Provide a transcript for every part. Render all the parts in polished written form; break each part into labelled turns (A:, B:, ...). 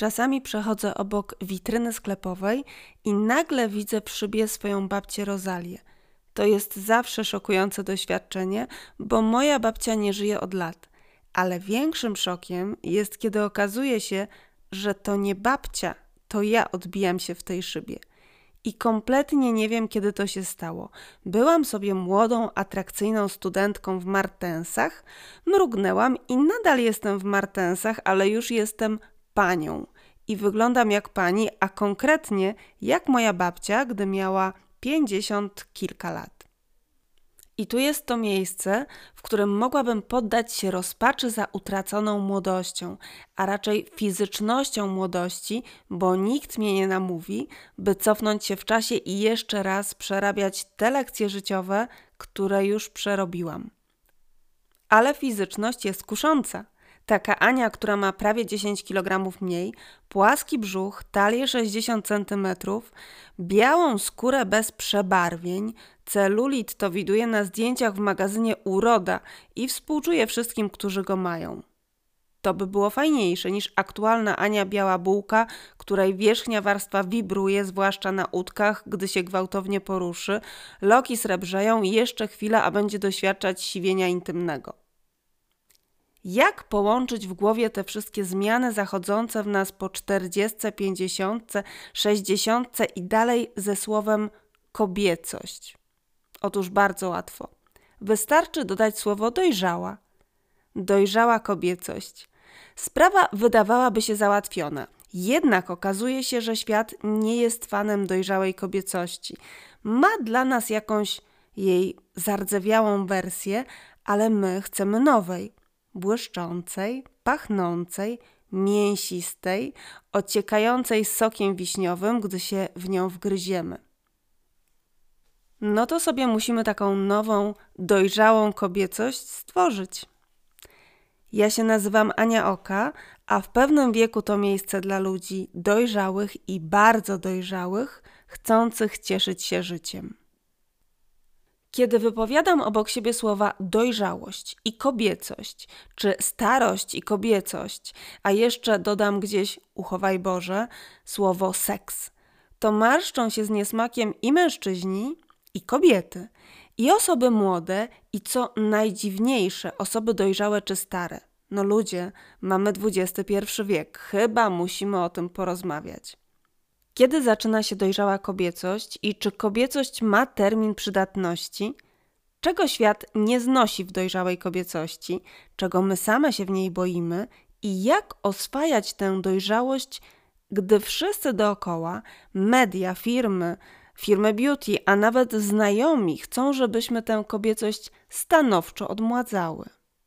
A: Czasami przechodzę obok witryny sklepowej i nagle widzę przy szybie swoją babcię Rozalię. To jest zawsze szokujące doświadczenie, bo moja babcia nie żyje od lat. Ale większym szokiem jest, kiedy okazuje się, że to nie babcia, to ja odbijam się w tej szybie. I kompletnie nie wiem, kiedy to się stało. Byłam sobie młodą, atrakcyjną studentką w Martensach, mrugnęłam i nadal jestem w Martensach, ale już jestem panią. I wyglądam jak pani, a konkretnie jak moja babcia, gdy miała 50 kilka lat. I tu jest to miejsce, w którym mogłabym poddać się rozpaczy za utraconą młodością, a raczej fizycznością młodości, bo nikt mnie nie namówi, by cofnąć się w czasie i jeszcze raz przerabiać te lekcje życiowe, które już przerobiłam. Ale fizyczność jest kusząca. Taka Ania, która ma prawie 10 kg mniej, płaski brzuch, talię 60 cm, białą skórę bez przebarwień, celulit to widuje na zdjęciach w magazynie Uroda i współczuje wszystkim, którzy go mają. To by było fajniejsze niż aktualna Ania biała bułka, której wierzchnia warstwa wibruje, zwłaszcza na udkach, gdy się gwałtownie poruszy, loki srebrzeją i jeszcze chwila, a będzie doświadczać siwienia intymnego. Jak połączyć w głowie te wszystkie zmiany zachodzące w nas po 40, 50, 60 i dalej ze słowem kobiecość? Otóż bardzo łatwo. Wystarczy dodać słowo dojrzała. Dojrzała kobiecość. Sprawa wydawałaby się załatwiona. Jednak okazuje się, że świat nie jest fanem dojrzałej kobiecości. Ma dla nas jakąś jej zardzewiałą wersję, ale my chcemy nowej. Błyszczącej, pachnącej, mięsistej, ociekającej sokiem wiśniowym, gdy się w nią wgryziemy. No to sobie musimy taką nową, dojrzałą kobiecość stworzyć. Ja się nazywam Ania Oka, a w pewnym wieku to miejsce dla ludzi dojrzałych i bardzo dojrzałych, chcących cieszyć się życiem. Kiedy wypowiadam obok siebie słowa dojrzałość i kobiecość, czy starość i kobiecość, a jeszcze dodam gdzieś, uchowaj Boże, słowo seks, to marszczą się z niesmakiem i mężczyźni, i kobiety, i osoby młode, i co najdziwniejsze, osoby dojrzałe czy stare. No ludzie, mamy XXI wiek, chyba musimy o tym porozmawiać. Kiedy zaczyna się dojrzała kobiecość i czy kobiecość ma termin przydatności? Czego świat nie znosi w dojrzałej kobiecości? Czego my same się w niej boimy? I jak oswajać tę dojrzałość, gdy wszyscy dookoła, media, firmy beauty, a nawet znajomi chcą, żebyśmy tę kobiecość stanowczo odmładzały?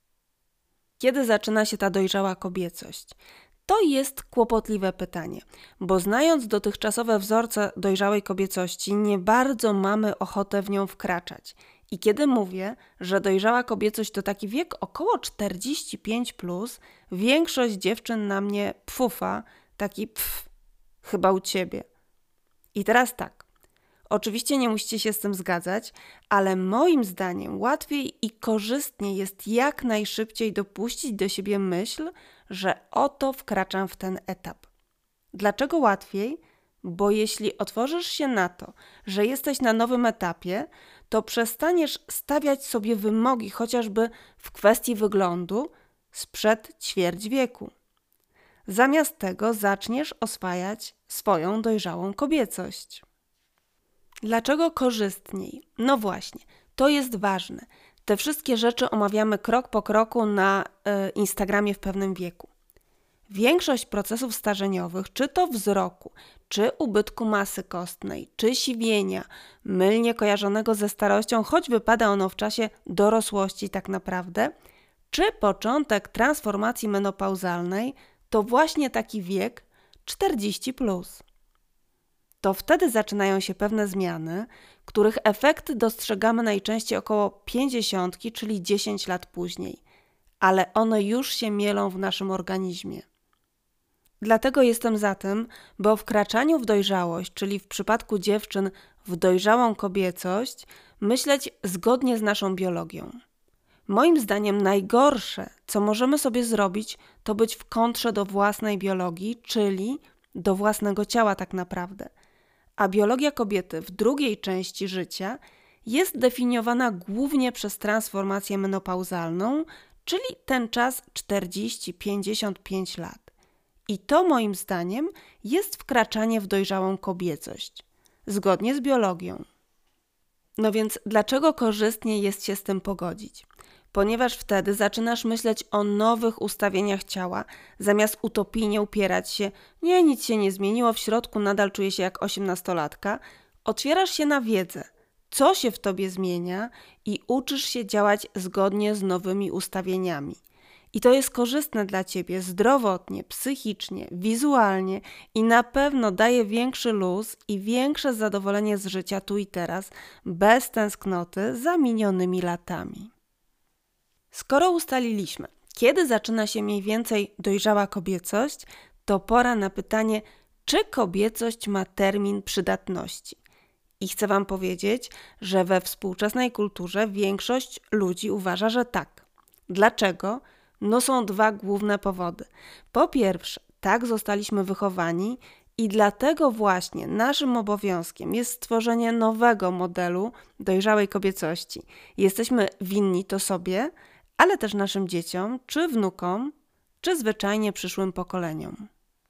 A: Kiedy zaczyna się ta dojrzała kobiecość? To jest kłopotliwe pytanie, bo znając dotychczasowe wzorce dojrzałej kobiecości, nie bardzo mamy ochotę w nią wkraczać. I kiedy mówię, że dojrzała kobiecość to taki wiek około 45+, większość dziewczyn na mnie pfufa, taki chyba u ciebie. I teraz tak, oczywiście nie musicie się z tym zgadzać, ale moim zdaniem łatwiej i korzystniej jest jak najszybciej dopuścić do siebie myśl, że oto wkraczam w ten etap. Dlaczego łatwiej? Bo jeśli otworzysz się na to, że jesteś na nowym etapie, to przestaniesz stawiać sobie wymogi chociażby w kwestii wyglądu sprzed ćwierć wieku. Zamiast tego zaczniesz oswajać swoją dojrzałą kobiecość. Dlaczego korzystniej? No właśnie, to jest ważne. Te wszystkie rzeczy omawiamy krok po kroku na Instagramie w pewnym wieku. Większość procesów starzeniowych, czy to wzroku, czy ubytku masy kostnej, czy siwienia, mylnie kojarzonego ze starością, choć wypada ono w czasie dorosłości tak naprawdę, czy początek transformacji menopauzalnej, to właśnie taki wiek 40+. To wtedy zaczynają się pewne zmiany, których efekty dostrzegamy najczęściej około 50, czyli 10 lat później, ale one już się mielą w naszym organizmie. Dlatego jestem za tym, by o wkraczaniu w dojrzałość, czyli w przypadku dziewczyn w dojrzałą kobiecość, myśleć zgodnie z naszą biologią. Moim zdaniem najgorsze, co możemy sobie zrobić, to być w kontrze do własnej biologii, czyli do własnego ciała tak naprawdę. A biologia kobiety w drugiej części życia jest definiowana głównie przez transformację menopauzalną, czyli ten czas 40-55 lat. I to moim zdaniem jest wkraczanie w dojrzałą kobiecość, zgodnie z biologią. No więc dlaczego korzystnie jest się z tym pogodzić? Ponieważ wtedy zaczynasz myśleć o nowych ustawieniach ciała, zamiast utopijnie upierać się, nie, nic się nie zmieniło, w środku nadal czuję się jak 18-latka, otwierasz się na wiedzę, co się w tobie zmienia i uczysz się działać zgodnie z nowymi ustawieniami. I to jest korzystne dla ciebie zdrowotnie, psychicznie, wizualnie i na pewno daje większy luz i większe zadowolenie z życia tu i teraz, bez tęsknoty za minionymi latami. Skoro ustaliliśmy, kiedy zaczyna się mniej więcej dojrzała kobiecość, to pora na pytanie, czy kobiecość ma termin przydatności. I chcę wam powiedzieć, że we współczesnej kulturze większość ludzi uważa, że tak. Dlaczego? No są dwa główne powody. Po pierwsze, tak zostaliśmy wychowani i dlatego właśnie naszym obowiązkiem jest stworzenie nowego modelu dojrzałej kobiecości. Jesteśmy winni to sobie, ale też naszym dzieciom, czy wnukom, czy zwyczajnie przyszłym pokoleniom.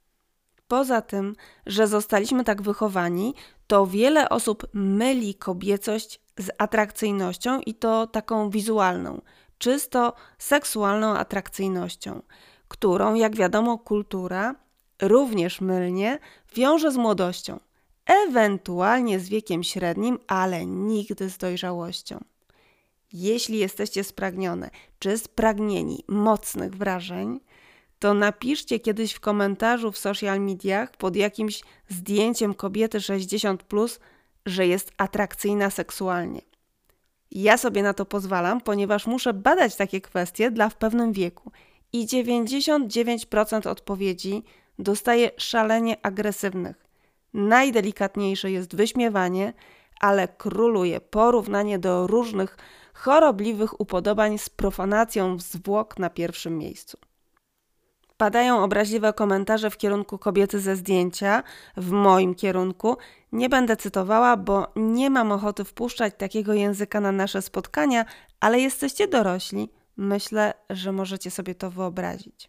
A: Poza tym, że zostaliśmy tak wychowani, to wiele osób myli kobiecość z atrakcyjnością i to taką wizualną, czysto seksualną atrakcyjnością, którą, jak wiadomo, kultura również mylnie wiąże z młodością, ewentualnie z wiekiem średnim, ale nigdy z dojrzałością. Jeśli jesteście spragnione czy spragnieni mocnych wrażeń, to napiszcie kiedyś w komentarzu w social mediach pod jakimś zdjęciem kobiety 60+, że jest atrakcyjna seksualnie. Ja sobie na to pozwalam, ponieważ muszę badać takie kwestie dla w pewnym wieku i 99% odpowiedzi dostaję szalenie agresywnych. Najdelikatniejsze jest wyśmiewanie, ale króluje porównanie do różnych chorobliwych upodobań z profanacją zwłok na pierwszym miejscu. Padają obraźliwe komentarze w kierunku kobiety ze zdjęcia, w moim kierunku. Nie będę cytowała, bo nie mam ochoty wpuszczać takiego języka na nasze spotkania, ale jesteście dorośli. Myślę, że możecie sobie to wyobrazić.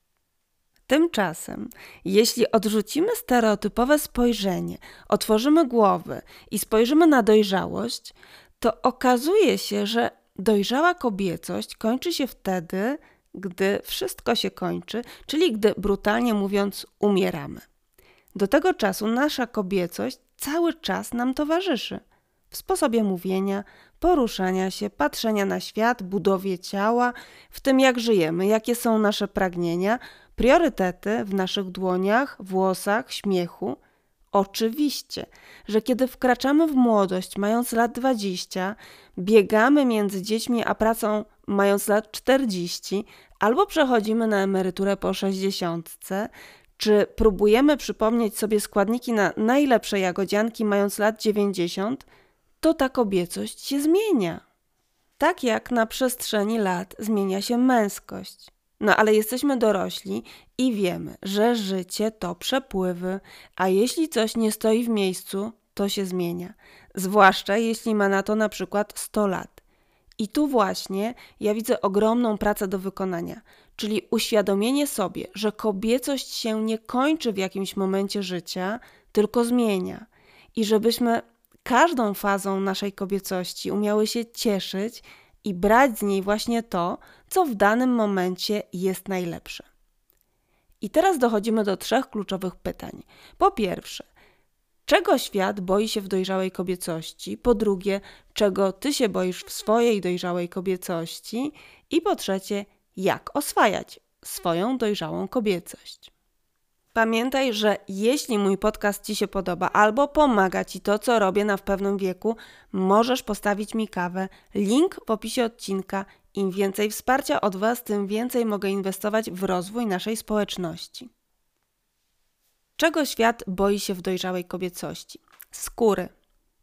A: Tymczasem, jeśli odrzucimy stereotypowe spojrzenie, otworzymy głowy i spojrzymy na dojrzałość, to okazuje się, że dojrzała kobiecość kończy się wtedy, gdy wszystko się kończy, czyli gdy, brutalnie mówiąc, umieramy. Do tego czasu nasza kobiecość cały czas nam towarzyszy. W sposobie mówienia, poruszania się, patrzenia na świat, budowie ciała, w tym jak żyjemy, jakie są nasze pragnienia, priorytety w naszych dłoniach, włosach, śmiechu. Oczywiście, że kiedy wkraczamy w młodość mając lat 20, biegamy między dziećmi a pracą mając lat 40, albo przechodzimy na emeryturę po 60, czy próbujemy przypomnieć sobie składniki na najlepsze jagodzianki mając lat 90, to ta kobiecość się zmienia. Tak jak na przestrzeni lat zmienia się męskość. No ale jesteśmy dorośli i wiemy, że życie to przepływy, a jeśli coś nie stoi w miejscu, to się zmienia. Zwłaszcza jeśli ma na to na przykład 100 lat. I tu właśnie ja widzę ogromną pracę do wykonania, czyli uświadomienie sobie, że kobiecość się nie kończy w jakimś momencie życia, tylko zmienia. I żebyśmy każdą fazą naszej kobiecości umiały się cieszyć i brać z niej właśnie to, co w danym momencie jest najlepsze. I teraz dochodzimy do 3 kluczowych pytań. Po pierwsze, czego świat boi się w dojrzałej kobiecości? Po drugie, czego ty się boisz w swojej dojrzałej kobiecości? I po trzecie, jak oswajać swoją dojrzałą kobiecość? Pamiętaj, że jeśli mój podcast ci się podoba albo pomaga ci to, co robię na w pewnym wieku, możesz postawić mi kawę. Link w opisie odcinka. Im więcej wsparcia od was, tym więcej mogę inwestować w rozwój naszej społeczności. Czego świat boi się w dojrzałej kobiecości? Skóry.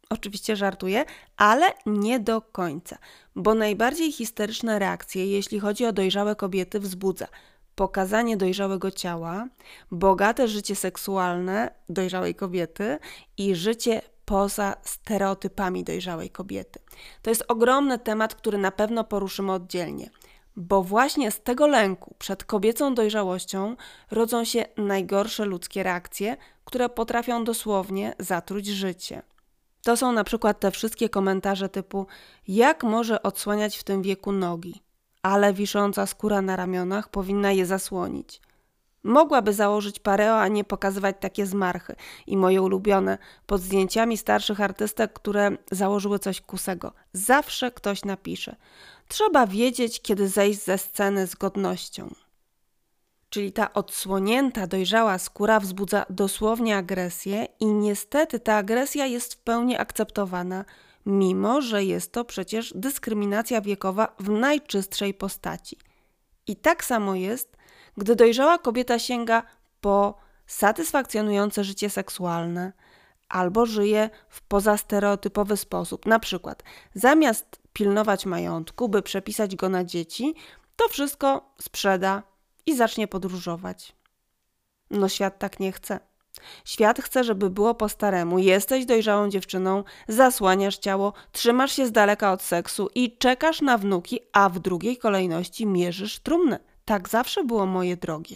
A: Oczywiście żartuję, ale nie do końca, bo najbardziej histeryczne reakcje, jeśli chodzi o dojrzałe kobiety, wzbudza pokazanie dojrzałego ciała, bogate życie seksualne dojrzałej kobiety i życie poza stereotypami dojrzałej kobiety. To jest ogromny temat, który na pewno poruszymy oddzielnie, bo właśnie z tego lęku przed kobiecą dojrzałością rodzą się najgorsze ludzkie reakcje, które potrafią dosłownie zatruć życie. To są na przykład te wszystkie komentarze typu: jak może odsłaniać w tym wieku nogi, ale wisząca skóra na ramionach powinna je zasłonić. Mogłaby założyć pareo, a nie pokazywać takie zmarchy. I moje ulubione, pod zdjęciami starszych artystek, które założyły coś kusego. Zawsze ktoś napisze: trzeba wiedzieć, kiedy zejść ze sceny z godnością. Czyli ta odsłonięta, dojrzała skóra wzbudza dosłownie agresję i niestety ta agresja jest w pełni akceptowana, mimo że jest to przecież dyskryminacja wiekowa w najczystszej postaci. I tak samo jest, gdy dojrzała kobieta sięga po satysfakcjonujące życie seksualne albo żyje w pozastereotypowy sposób. Na przykład zamiast pilnować majątku, by przepisać go na dzieci, to wszystko sprzeda i zacznie podróżować. No świat tak nie chce. Świat chce, żeby było po staremu. Jesteś dojrzałą dziewczyną, zasłaniasz ciało, trzymasz się z daleka od seksu i czekasz na wnuki, a w drugiej kolejności mierzysz trumnę. Tak zawsze było, moje drogie.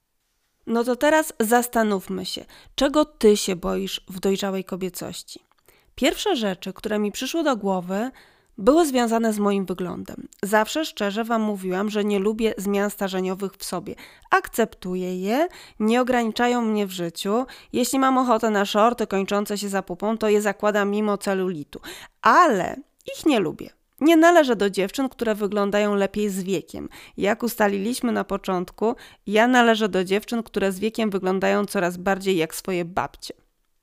A: No to teraz zastanówmy się, czego ty się boisz w dojrzałej kobiecości. Pierwsze rzeczy, które mi przyszły do głowy, były związane z moim wyglądem. Zawsze szczerze wam mówiłam, że nie lubię zmian starzeniowych w sobie. Akceptuję je, nie ograniczają mnie w życiu. Jeśli mam ochotę na shorty kończące się za pupą, to je zakładam mimo celulitu. Ale ich nie lubię. Nie należę do dziewczyn, które wyglądają lepiej z wiekiem. Jak ustaliliśmy na początku, ja należę do dziewczyn, które z wiekiem wyglądają coraz bardziej jak swoje babcie.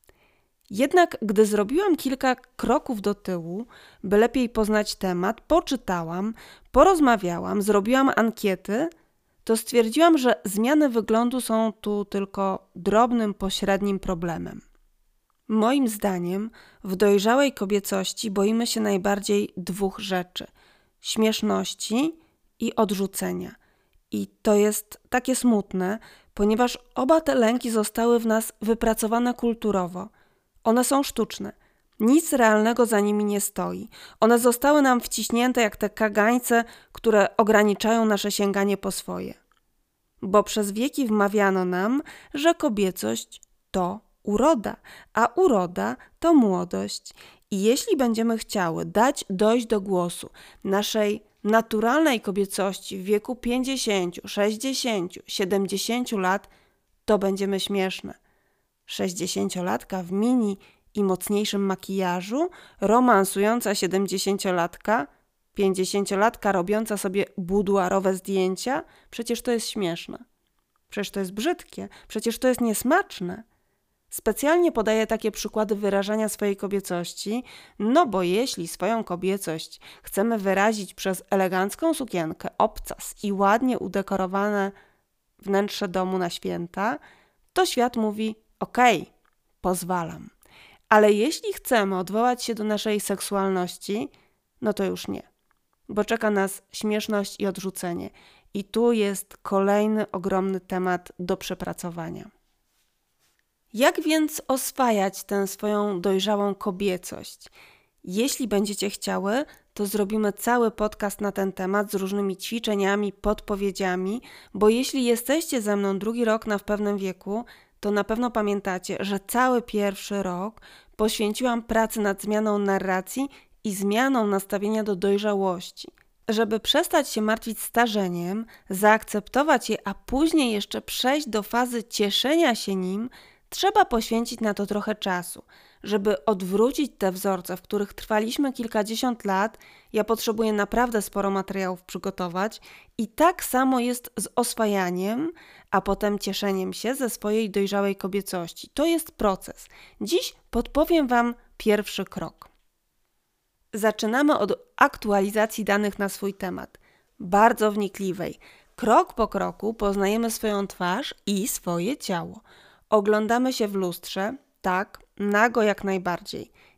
A: Jednak gdy zrobiłam kilka kroków do tyłu, by lepiej poznać temat, poczytałam, porozmawiałam, zrobiłam ankiety, to stwierdziłam, że zmiany wyglądu są tu tylko drobnym, pośrednim problemem. Moim zdaniem w dojrzałej kobiecości boimy się najbardziej dwóch rzeczy: śmieszności i odrzucenia. I to jest takie smutne, ponieważ oba te lęki zostały w nas wypracowane kulturowo. One są sztuczne. Nic realnego za nimi nie stoi. One zostały nam wciśnięte jak te kagańce, które ograniczają nasze sięganie po swoje. Bo przez wieki wmawiano nam, że kobiecość to uroda, a uroda to młodość. I jeśli będziemy chciały dojść do głosu naszej naturalnej kobiecości w wieku 50, 60, 70 lat, to będziemy śmieszne. 60-latka w mini i mocniejszym makijażu, romansująca 70-latka, 50-latka robiąca sobie buduarowe zdjęcia, przecież to jest śmieszne. Przecież to jest brzydkie, przecież to jest niesmaczne. Specjalnie podaję takie przykłady wyrażania swojej kobiecości, no bo jeśli swoją kobiecość chcemy wyrazić przez elegancką sukienkę, obcas i ładnie udekorowane wnętrze domu na święta, to świat mówi: okej, pozwalam. Ale jeśli chcemy odwołać się do naszej seksualności, no to już nie. Bo czeka nas śmieszność i odrzucenie. I tu jest kolejny ogromny temat do przepracowania. Jak więc oswajać tę swoją dojrzałą kobiecość? Jeśli będziecie chciały, to zrobimy cały podcast na ten temat z różnymi ćwiczeniami, podpowiedziami, bo jeśli jesteście ze mną drugi rok na W pewnym wieku, to na pewno pamiętacie, że cały pierwszy rok poświęciłam pracy nad zmianą narracji i zmianą nastawienia do dojrzałości. Żeby przestać się martwić starzeniem, zaakceptować je, a później jeszcze przejść do fazy cieszenia się nim, trzeba poświęcić na to trochę czasu. Żeby odwrócić te wzorce, w których trwaliśmy kilkadziesiąt lat, ja potrzebuję naprawdę sporo materiałów przygotować i tak samo jest z oswajaniem, a potem cieszeniem się ze swojej dojrzałej kobiecości. To jest proces. Dziś podpowiem wam pierwszy krok. Zaczynamy od aktualizacji danych na swój temat. Bardzo wnikliwej. Krok po kroku poznajemy swoją twarz i swoje ciało. Oglądamy się w lustrze, tak, nago jak najbardziej.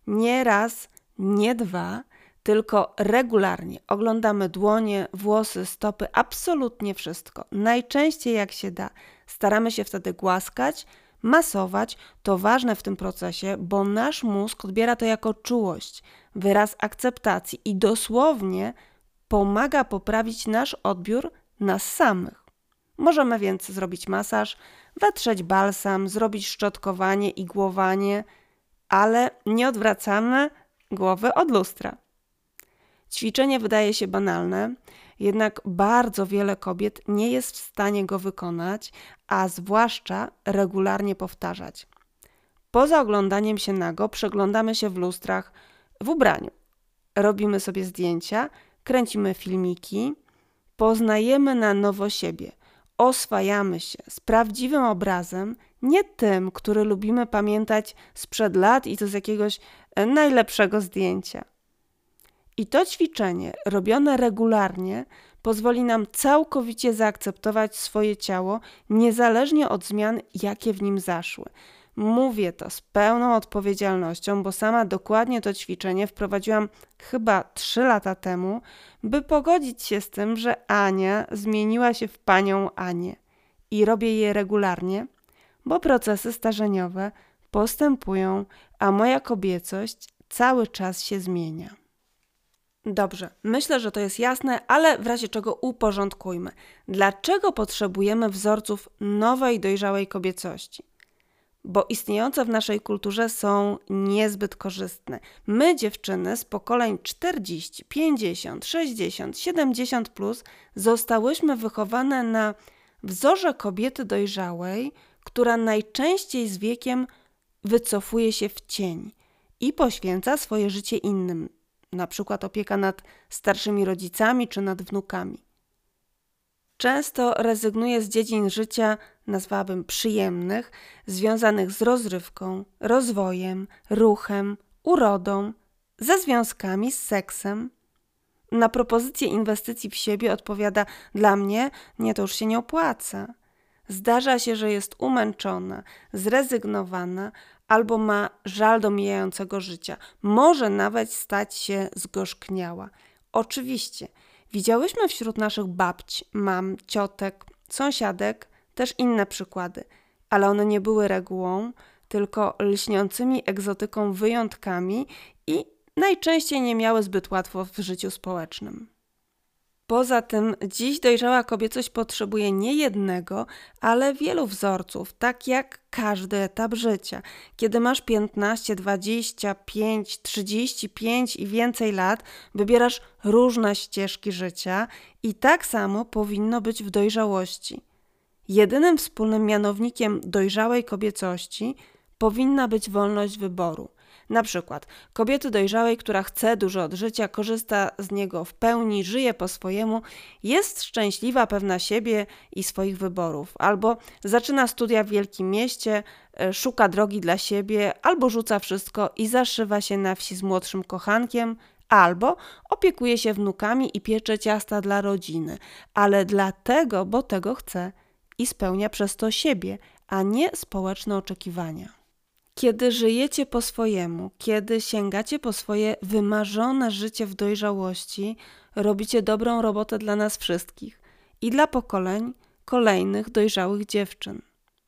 A: Nie raz, nie dwa, tylko regularnie oglądamy dłonie, włosy, stopy, absolutnie wszystko. Najczęściej jak się da. Staramy się wtedy głaskać, masować. To ważne w tym procesie, bo nasz mózg odbiera to jako czułość, wyraz akceptacji i dosłownie pomaga poprawić nasz odbiór nas samych. Możemy więc zrobić masaż, wetrzeć balsam, zrobić szczotkowanie, igłowanie, ale nie odwracamy głowy od lustra. Ćwiczenie wydaje się banalne, jednak bardzo wiele kobiet nie jest w stanie go wykonać, a zwłaszcza regularnie powtarzać. Poza oglądaniem się nago przeglądamy się w lustrach w ubraniu. Robimy sobie zdjęcia, kręcimy filmiki, poznajemy na nowo siebie, oswajamy się z prawdziwym obrazem, nie tym, który lubimy pamiętać sprzed lat i to z jakiegoś najlepszego zdjęcia. I to ćwiczenie, robione regularnie, pozwoli nam całkowicie zaakceptować swoje ciało, niezależnie od zmian, jakie w nim zaszły. Mówię to z pełną odpowiedzialnością, bo sama dokładnie to ćwiczenie wprowadziłam chyba 3 lata temu, by pogodzić się z tym, że Ania zmieniła się w panią Anię. I robię je regularnie, bo procesy starzeniowe postępują, a moja kobiecość cały czas się zmienia. Dobrze, myślę, że to jest jasne, ale w razie czego uporządkujmy. Dlaczego potrzebujemy wzorców nowej, dojrzałej kobiecości? Bo istniejące w naszej kulturze są niezbyt korzystne. My, dziewczyny z pokoleń 40, 50, 60, 70 plus, zostałyśmy wychowane na wzorze kobiety dojrzałej, która najczęściej z wiekiem wycofuje się w cień i poświęca swoje życie innym, na przykład opieka nad starszymi rodzicami czy nad wnukami. Często rezygnuje z dziedzin życia, nazwałabym przyjemnych, związanych z rozrywką, rozwojem, ruchem, urodą, ze związkami, z seksem. Na propozycję inwestycji w siebie odpowiada: dla mnie nie, to już się nie opłaca. Zdarza się, że jest umęczona, zrezygnowana albo ma żal do mijającego życia. Może nawet stać się zgorzkniała. Oczywiście, widziałyśmy wśród naszych babć, mam, ciotek, sąsiadek też inne przykłady, ale one nie były regułą, tylko lśniącymi egzotyką wyjątkami i najczęściej nie miały zbyt łatwo w życiu społecznym. Poza tym dziś dojrzała kobiecość potrzebuje nie jednego, ale wielu wzorców, tak jak każdy etap życia. Kiedy masz 15, 25, 35 i więcej lat, wybierasz różne ścieżki życia i tak samo powinno być w dojrzałości. Jedynym wspólnym mianownikiem dojrzałej kobiecości powinna być wolność wyboru. Na przykład kobiety dojrzałej, która chce dużo od życia, korzysta z niego w pełni, żyje po swojemu, jest szczęśliwa, pewna siebie i swoich wyborów. Albo zaczyna studia w wielkim mieście, szuka drogi dla siebie, albo rzuca wszystko i zaszywa się na wsi z młodszym kochankiem, albo opiekuje się wnukami i piecze ciasta dla rodziny, ale dlatego, bo tego chce i spełnia przez to siebie, a nie społeczne oczekiwania. Kiedy żyjecie po swojemu, kiedy sięgacie po swoje wymarzone życie w dojrzałości, robicie dobrą robotę dla nas wszystkich i dla pokoleń kolejnych dojrzałych dziewczyn.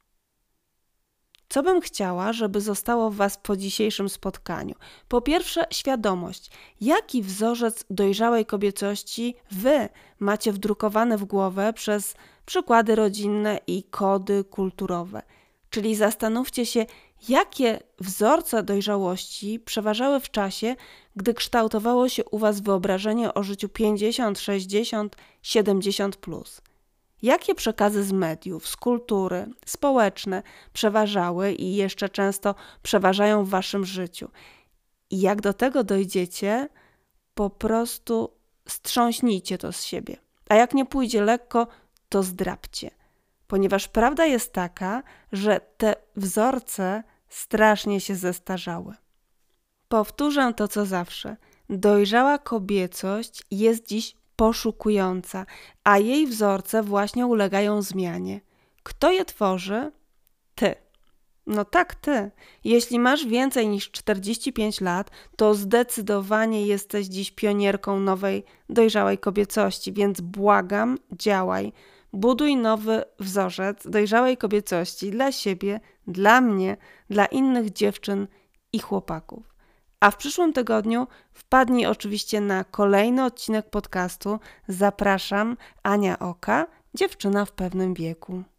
A: Co bym chciała, żeby zostało w Was po dzisiejszym spotkaniu? Po pierwsze, świadomość, jaki wzorzec dojrzałej kobiecości Wy macie wdrukowany w głowę przez przykłady rodzinne i kody kulturowe. Czyli zastanówcie się, jakie wzorce dojrzałości przeważały w czasie, gdy kształtowało się u Was wyobrażenie o życiu 50, 60, 70 plus. Jakie przekazy z mediów, z kultury, społeczne przeważały i jeszcze często przeważają w Waszym życiu? I jak do tego dojdziecie, po prostu strząśnijcie to z siebie. A jak nie pójdzie lekko, to zdrabcie. Ponieważ prawda jest taka, że te wzorce strasznie się zestarzały. Powtórzę to, co zawsze. Dojrzała kobiecość jest dziś poszukująca, a jej wzorce właśnie ulegają zmianie. Kto je tworzy? Ty. No tak, ty. Jeśli masz więcej niż 45 lat, to zdecydowanie jesteś dziś pionierką nowej, dojrzałej kobiecości, więc błagam, działaj. Buduj nowy wzorzec dojrzałej kobiecości dla siebie, dla mnie, dla innych dziewczyn i chłopaków. A w przyszłym tygodniu wpadnij oczywiście na kolejny odcinek podcastu. Zapraszam, Ania Oka, dziewczyna w pewnym wieku.